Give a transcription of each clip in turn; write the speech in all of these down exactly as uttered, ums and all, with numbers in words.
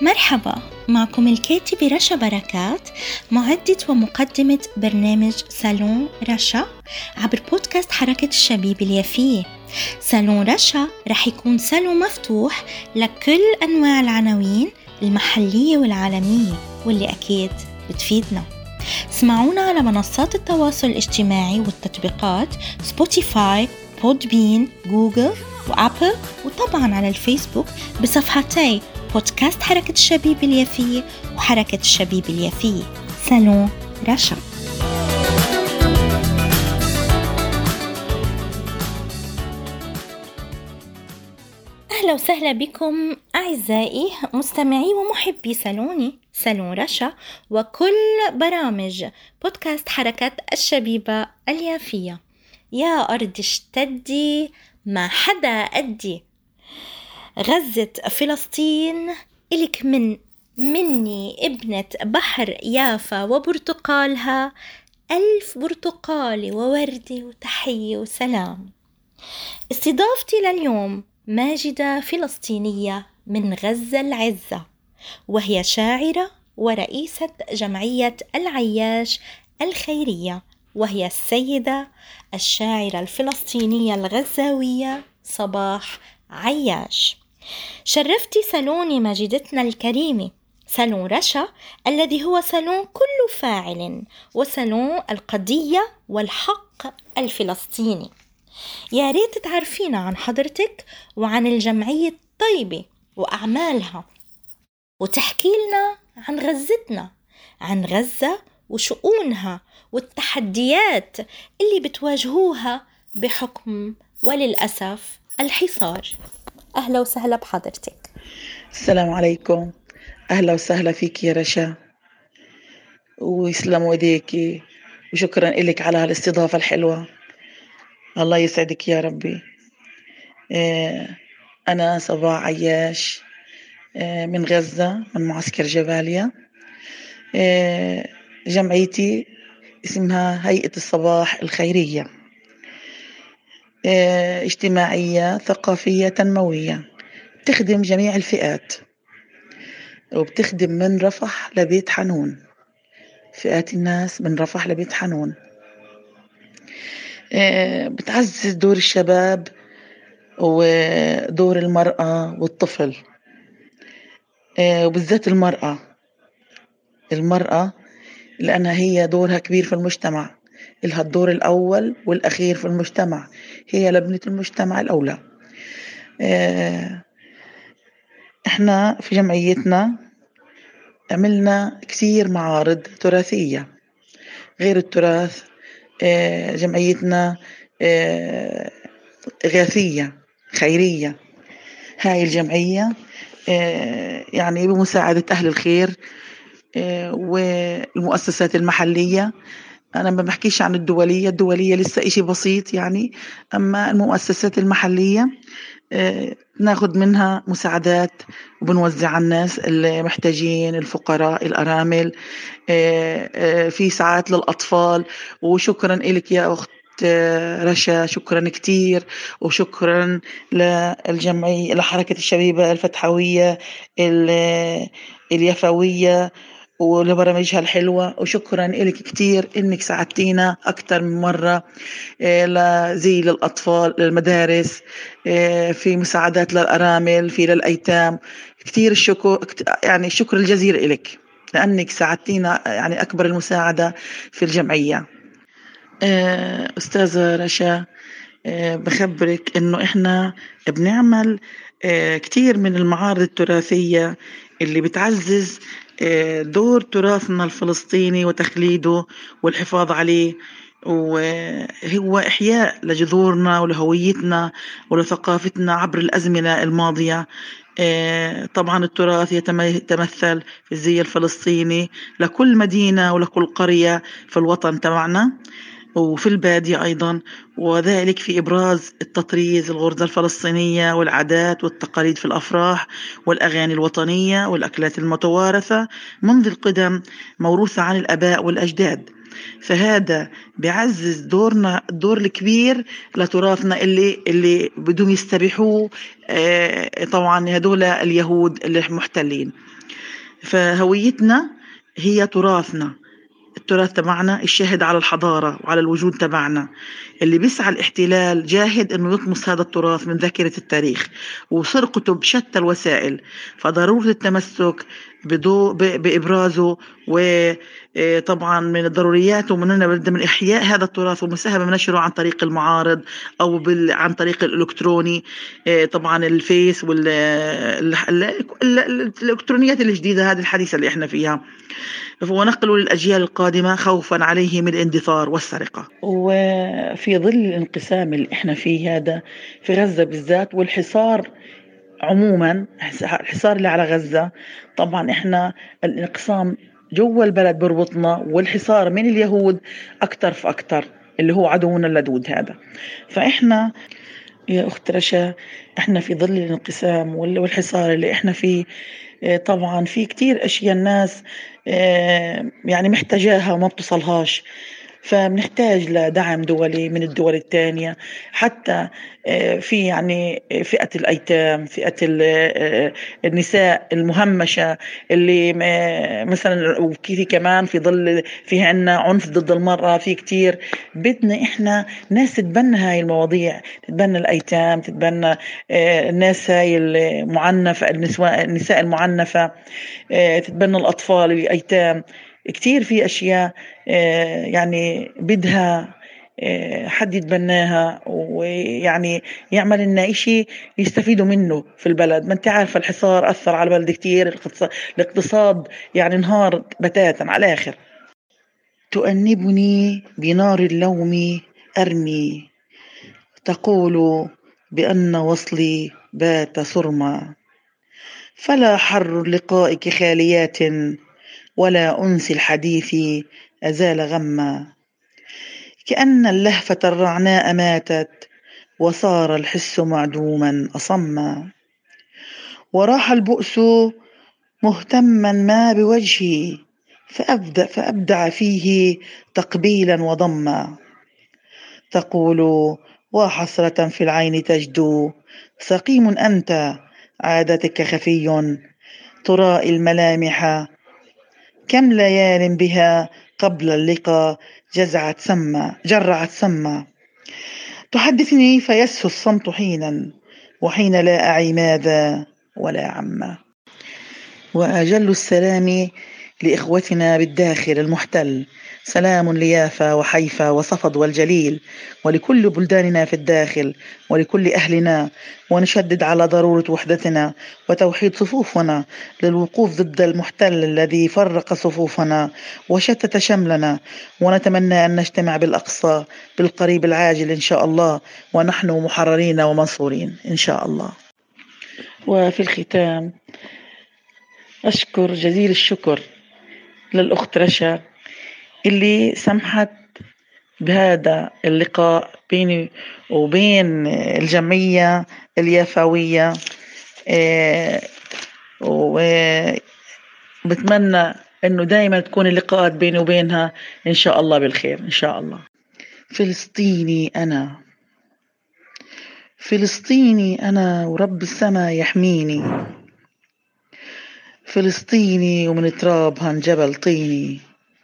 مرحبا، معكم الكاتبة رشا بركات، معدة ومقدمة برنامج صالون رشا عبر بودكاست حركة الشبيب اليافية. صالون رشا رح يكون صالون مفتوح لكل أنواع العناوين المحلية والعالمية واللي أكيد بتفيدنا. اسمعونا على منصات التواصل الاجتماعي والتطبيقات سبوتيفاي، بودبين، جوجل وأبل، وطبعا على الفيسبوك بصفحتي بودكاست حركة الشبيب اليافية وحركة الشبيب اليافية. صالون رشا. أهلا وسهلا بكم أعزائي مستمعي ومحبي صالوني صالون رشا وكل برامج بودكاست حركة الشبيبة اليافية. يا أرض اشتدي ما حدا قدي، غزة فلسطين إلك من مني ابنة بحر يافا وبرتقالها ألف برتقالي ووردي وتحية وسلام. استضافتي لليوم ماجدة فلسطينية من غزة العزة، وهي شاعرة ورئيسة جمعية العياش الخيرية، وهي السيدة الشاعرة الفلسطينية الغزاوية صباح عياش. شرفتي صالوني ماجدتنا الكريمة، صالون رشا الذي هو صالون كل فاعل وصالون القضية والحق الفلسطيني. يا ريت تعرفينا عن حضرتك وعن الجمعية الطيبة وأعمالها، وتحكي لنا عن غزتنا، عن غزة وشؤونها والتحديات اللي بتواجهوها بحكم وللأسف الحصار. أهلا وسهلا بحضرتك. السلام عليكم، أهلا وسهلا فيك يا رشا، ويسلموا ايديكي، وشكرا لك على هالاستضافة الحلوة. الله يسعدك يا ربي. أنا صباح عياش من غزة، من معسكر جباليا. جمعيتي اسمها هيئة الصباح الخيرية، اجتماعية ثقافية تنموية، تخدم جميع الفئات، وبتخدم من رفح لبيت حنون، فئات الناس من رفح لبيت حنون. بتعزز دور الشباب ودور المرأة والطفل، وبالذات المرأة المرأة لأنها هي دورها كبير في المجتمع، لها الدور الأول والأخير في المجتمع، هي لبنة المجتمع الأولى. احنا في جمعيتنا عملنا كثير معارض تراثية غير التراث. جمعيتنا إغاثية خيرية. هاي الجمعية يعني بمساعدة أهل الخير والمؤسسات المحلية. أنا ما بحكيش عن الدولية، الدولية لسه إشي بسيط يعني، أما المؤسسات المحلية ناخد منها مساعدات وبنوزع على الناس اللي محتاجين، الفقراء، الأرامل، في ساعات للأطفال. وشكرا إلك يا أخت رشا، شكرا كتير، وشكرا للجمعية لحركة الشبيبة الفتحوية اليافوية ولبرامجها الحلوة، وشكرا إلك كتير إنك ساعدتينا أكتر من مرة زي للأطفال، للمدارس، في مساعدات للأرامل، في للأيتام. كتير الشكر، يعني الشكر الجزيل إلك لأنك ساعدتينا يعني أكبر المساعدة في الجمعية. أستاذة رشا، بخبرك إنه إحنا بنعمل كتير من المعارض التراثية اللي بتعزز دور تراثنا الفلسطيني وتخليده والحفاظ عليه، وهو إحياء لجذورنا ولهويتنا ولثقافتنا عبر الأزمنة الماضية. طبعا التراث يتمثل في الزي الفلسطيني لكل مدينة ولكل قرية في الوطن تبعنا وفي البادية أيضا، وذلك في إبراز التطريز، الغرزة الفلسطينية، والعادات والتقاليد في الأفراح والأغاني الوطنية والأكلات المتوارثة منذ القدم، موروثة عن الآباء والأجداد. فهذا بيعزز دورنا، الدور الكبير لتراثنا اللي اللي بدهم يستبيحوه طبعا هدول اليهود المحتلين. فهويتنا هي تراثنا، التراث تبعنا الشاهد على الحضارة وعلى الوجود تبعنا. اللي بيسعى الاحتلال جاهد انه يطمس هذا التراث من ذاكرة التاريخ وسرقته بشتى الوسائل، فضرورة التمسك بإبرازه، وطبعا من الضروريات ومننا من إحياء هذا التراث ومساهمة بنشره عن طريق المعارض أو عن طريق الإلكتروني، طبعا الفيس والإلكترونيات الجديدة هذه الحديثة اللي احنا فيها، ونقل للأجيال القادمة خوفا عليه من الاندثار والسرقة. وفي ظل الانقسام اللي احنا فيه هذا في غزة بالذات والحصار عموما، الحصار اللي على غزة، طبعا احنا الانقسام جوا البلد بربطنا، والحصار من اليهود أكتر فأكتر اللي هو عدونا اللدود هذا. فاحنا يا أخت رشا احنا في ظل الانقسام والحصار اللي احنا فيه، طبعا في كتير أشياء الناس يعني محتاجاها وما بتصلهاش، فبنحتاج لدعم دولي من الدول الثانية، حتى في يعني فئة الأيتام، فئة النساء المهمشة اللي مثلا، وكيف كمان في ظل في عنا عنف ضد المرأة في كتير. بدنا إحنا ناس تتبنى هاي المواضيع، تتبنى الأيتام، تتبنى الناس هاي المعنفة، النساء النساء المعنفة، تتبنى الأطفال الأيتام. كتير في أشياء يعني بدها حد يتبناها ويعني يعمل لنا إشي يستفيدوا منه في البلد. ما انت عارفة الحصار أثر على البلد كتير، الاقتصاد يعني انهار بتاتا على الآخر. تؤنبني بنار اللوم أرمي، تقول بأن وصلي بات صرما، فلا حر لقائك خاليات ولا أنس الحديث أزال غما، كأن اللهفة الرعناء ماتت وصار الحس معدوما أصما، وراح البؤس مهتما ما بوجهي فأبدع, فأبدع فيه تقبيلا وضما، تقول وحسرة في العين تجدو، سقيم أنت عادتك خفي، ترائي الملامح كم ليال بها قبل اللقاء جزعت سما جرعت سما، تحدثني فيسهو الصمت حينا وحين لا أعي ماذا ولا عما. وأجل السلام لإخوتنا بالداخل المحتل، سلام ليافا وحيفا وصفد والجليل، ولكل بلداننا في الداخل ولكل أهلنا، ونشدد على ضرورة وحدتنا وتوحيد صفوفنا للوقوف ضد المحتل الذي فرق صفوفنا وشتت شملنا، ونتمنى أن نجتمع بالأقصى بالقريب العاجل إن شاء الله، ونحن محررين ومنصورين إن شاء الله. وفي الختام أشكر جزيل الشكر للأخت رشا اللي سمحت بهذا اللقاء بيني وبين الجمعية اليافوية، وبتمنى أنه دائما تكون اللقاءات بيني وبينها إن شاء الله بالخير إن شاء الله. فلسطيني أنا، فلسطيني أنا ورب السماء يحميني، فلسطيني ومن ترابها جبل طيني،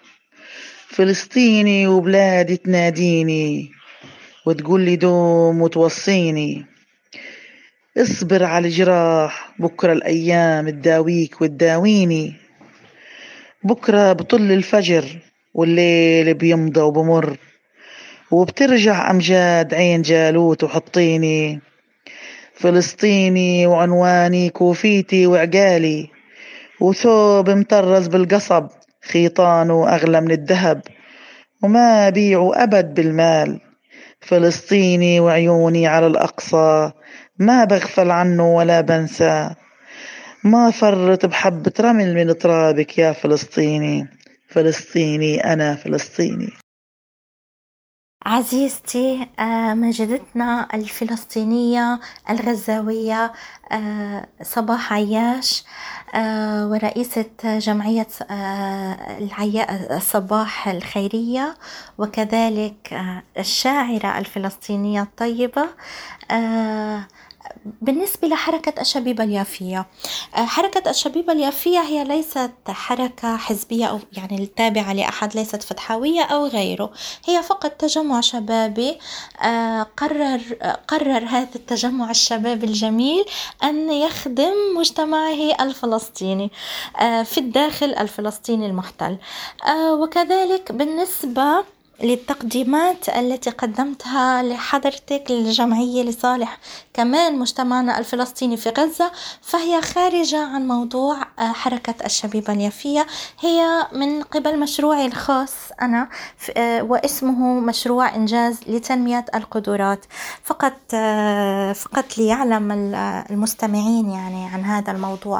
فلسطيني وبلادي تناديني وتقول لي دوم وتوصيني، اصبر على الجراح بكرة الأيام تداويك وتداويني، بكرة بطل الفجر والليل بيمضى وبمر، وبترجع أمجاد عين جالوت وحطيني، فلسطيني وعنواني كوفيتي وعقالي، وثوب مطرز بالقصب خيطانه أغلى من الذهب، وما بيعه أبد بالمال، فلسطيني وعيوني على الأقصى ما بغفل عنه ولا بنسى، ما فرط بحبة رمل من ترابك يا فلسطيني، فلسطيني أنا فلسطيني. عزيزتي آه، ماجدتنا الفلسطينية الغزاوية آه، صباح عياش، آه، ورئيسة جمعية آه، العيا- الصباح الخيرية، وكذلك آه، الشاعرة الفلسطينية الطيبة. آه، بالنسبة لحركة الشبيبة اليافية، آه، حركة الشبيبة اليافية هي ليست حركة حزبية أو يعني التابعة لأحد، ليست فتحوية أو غيره، هي فقط تجمع شبابي. آه، قرر آه، قرر هذا التجمع الشبابي الجميل أن يخدم مجتمعه الفلسطيني آه، في الداخل الفلسطيني المحتل. آه، وكذلك بالنسبة للتقديمات التي قدمتها لحضرتك للجمعية لصالح كمان مجتمعنا الفلسطيني في غزة، فهي خارجة عن موضوع آه، حركة الشبيبة اليافية. هي من قبل مشروعي الخاص أنا، ف- آه، واسمه مشروع إنجاز لتنمية القدرات. فقط آه، فقط ليعلم ال- المستمعين يعني عن هذا الموضوع.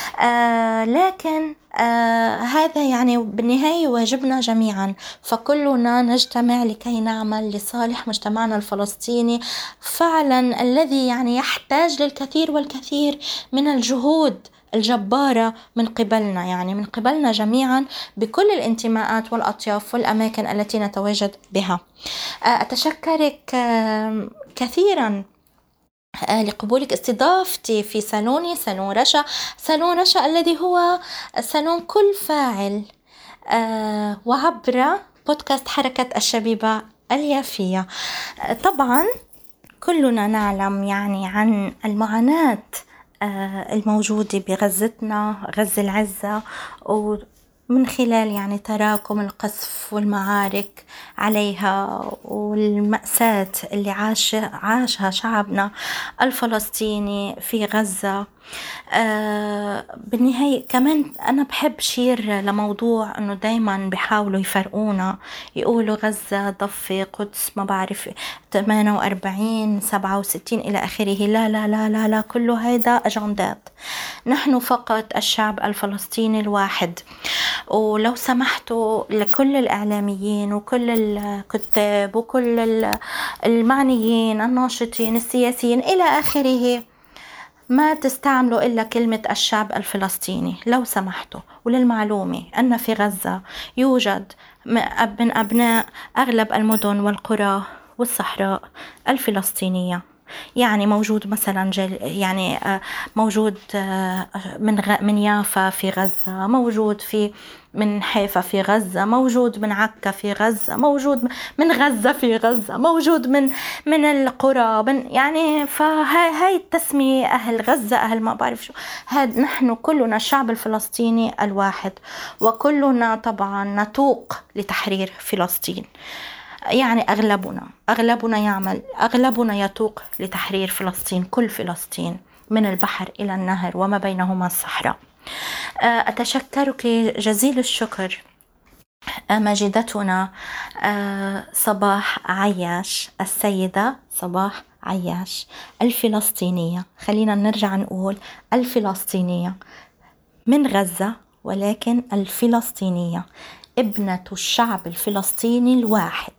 آه، لكن آه هذا يعني بالنهاية واجبنا جميعا، فكلنا نجتمع لكي نعمل لصالح مجتمعنا الفلسطيني فعلا، الذي يعني يحتاج للكثير والكثير من الجهود الجبارة من قبلنا، يعني من قبلنا جميعا بكل الانتماءات والأطياف والأماكن التي نتواجد بها. آه، أتشكرك آه، كثيرا آه، لقبولك استضافتي في صالوني، صالون رشا. صالون رشا الذي هو صالون كل فاعل، آه، وعبر بودكاست حركة الشبيبة اليافية. آه، طبعا كلنا نعلم يعني عن المعاناة آه، الموجودة بغزتنا، غزة العزة، ومن خلال يعني تراكم القصف والمعارك عليها والمأساة اللي عاش عاشها شعبنا الفلسطيني في غزة. آه بالنهاية كمان أنا بحب شير لموضوع أنه دايما بيحاولوا يفرقونا، يقولوا غزة ضفة قدس ما بعرف ثمانية وأربعين سبعة وستين إلى آخره. لا لا لا لا لا، كله هذا أجندات. نحن فقط الشعب الفلسطيني الواحد. ولو سمحتوا لكل الإعلاميين وكل الكتاب وكل المعنيين الناشطين السياسيين إلى آخره، ما تستعملوا إلا كلمة الشعب الفلسطيني لو سمحتوا. وللمعلومة أن في غزة يوجد من أبناء أغلب المدن والقرى والصحراء الفلسطينية. يعني موجود مثلا جل يعني موجود من من يافا في غزة، موجود في من حيفا في غزة، موجود من عكا في غزة، موجود من غزة في غزة، موجود من من القرى من يعني. فهاي التسمية أهل غزة أهل ما بعرف شو هاد. نحن كلنا الشعب الفلسطيني الواحد، وكلنا طبعا نتوق لتحرير فلسطين. يعني أغلبنا أغلبنا يعمل أغلبنا يتوق لتحرير فلسطين، كل فلسطين من البحر إلى النهر وما بينهما الصحراء. أتشكرك جزيل الشكر ماجدتنا صباح عياش، السيدة صباح عياش الفلسطينية. خلينا نرجع نقول الفلسطينية من غزة، ولكن الفلسطينية ابنة الشعب الفلسطيني الواحد.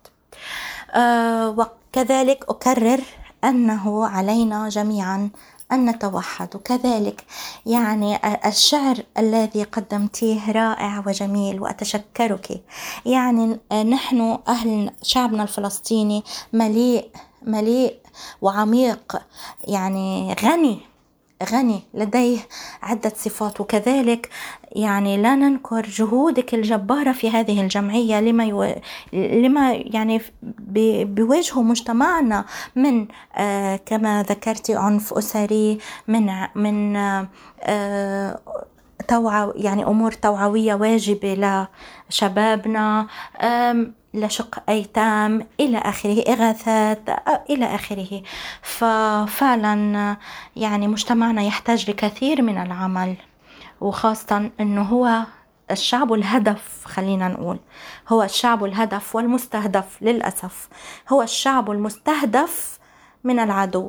أه وكذلك أكرر أنه علينا جميعا أن نتوحد. وكذلك يعني الشعر الذي قدمتيه رائع وجميل، وأتشكرك. يعني نحن أهل شعبنا الفلسطيني مليء مليء وعميق، يعني غني غني لديه عدة صفات. وكذلك يعني لا ننكر جهودك الجبارة في هذه الجمعية لما يو... لما يعني بيواجهه مجتمعنا من آه كما ذكرتي عنف أسري، من من آه توع يعني أمور توعوية واجبة لشبابنا، لشق أيتام إلى آخره، إغاثات إلى آخره. ففعلا يعني مجتمعنا يحتاج لكثير من العمل، وخاصة أنه هو الشعب الهدف. خلينا نقول هو الشعب الهدف والمستهدف، للأسف هو الشعب المستهدف من العدو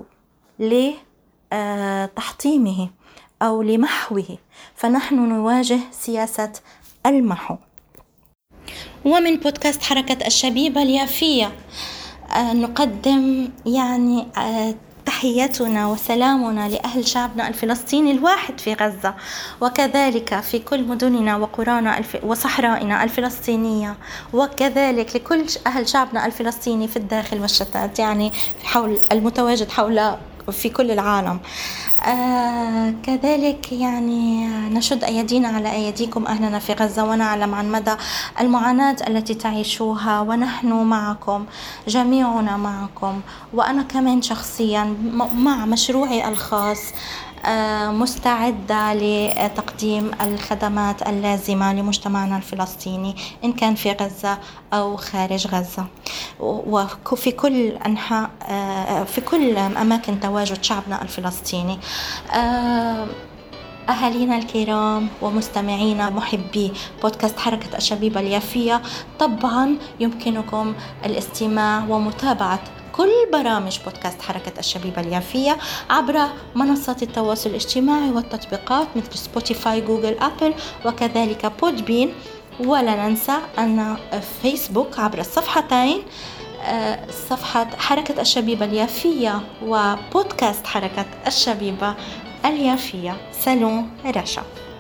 لتحطيمه أو لمحوه. فنحن نواجه سياسة المحو. ومن بودكاست حركة الشبيبة اليافية نقدم يعني تحياتنا وسلامنا لأهل شعبنا الفلسطيني الواحد في غزة، وكذلك في كل مدننا وقرانا وصحرائنا الفلسطينية، وكذلك لكل أهل شعبنا الفلسطيني في الداخل والشتات، يعني حول المتواجد حول في كل العالم. آه كذلك يعني نشد أيدينا على أيديكم أهلنا في غزة، ونعلم عن مدى المعاناة التي تعيشوها، ونحن معكم، جميعنا معكم. وأنا كمان شخصيا مع مشروعي الخاص آه مستعدة لتقديم الخدمات اللازمة لمجتمعنا الفلسطيني إن كان في غزة أو خارج غزة، وفي كل أنحاء آه في كل أماكن تواجد شعبنا الفلسطيني. آه أهالينا الكرام ومستمعينا محبي بودكاست حركة الشبيبة اليافية، طبعا يمكنكم الاستماع ومتابعة كل برامج بودكاست حركة الشبيبة اليافية عبر منصات التواصل الاجتماعي والتطبيقات مثل سبوتيفاي، جوجل، أبل، وكذلك بودبين. ولا ننسى أن فيسبوك عبر الصفحتين، صفحة حركة الشبيبة اليافية وبودكاست حركة الشبيبة اليافية. سالون رشا.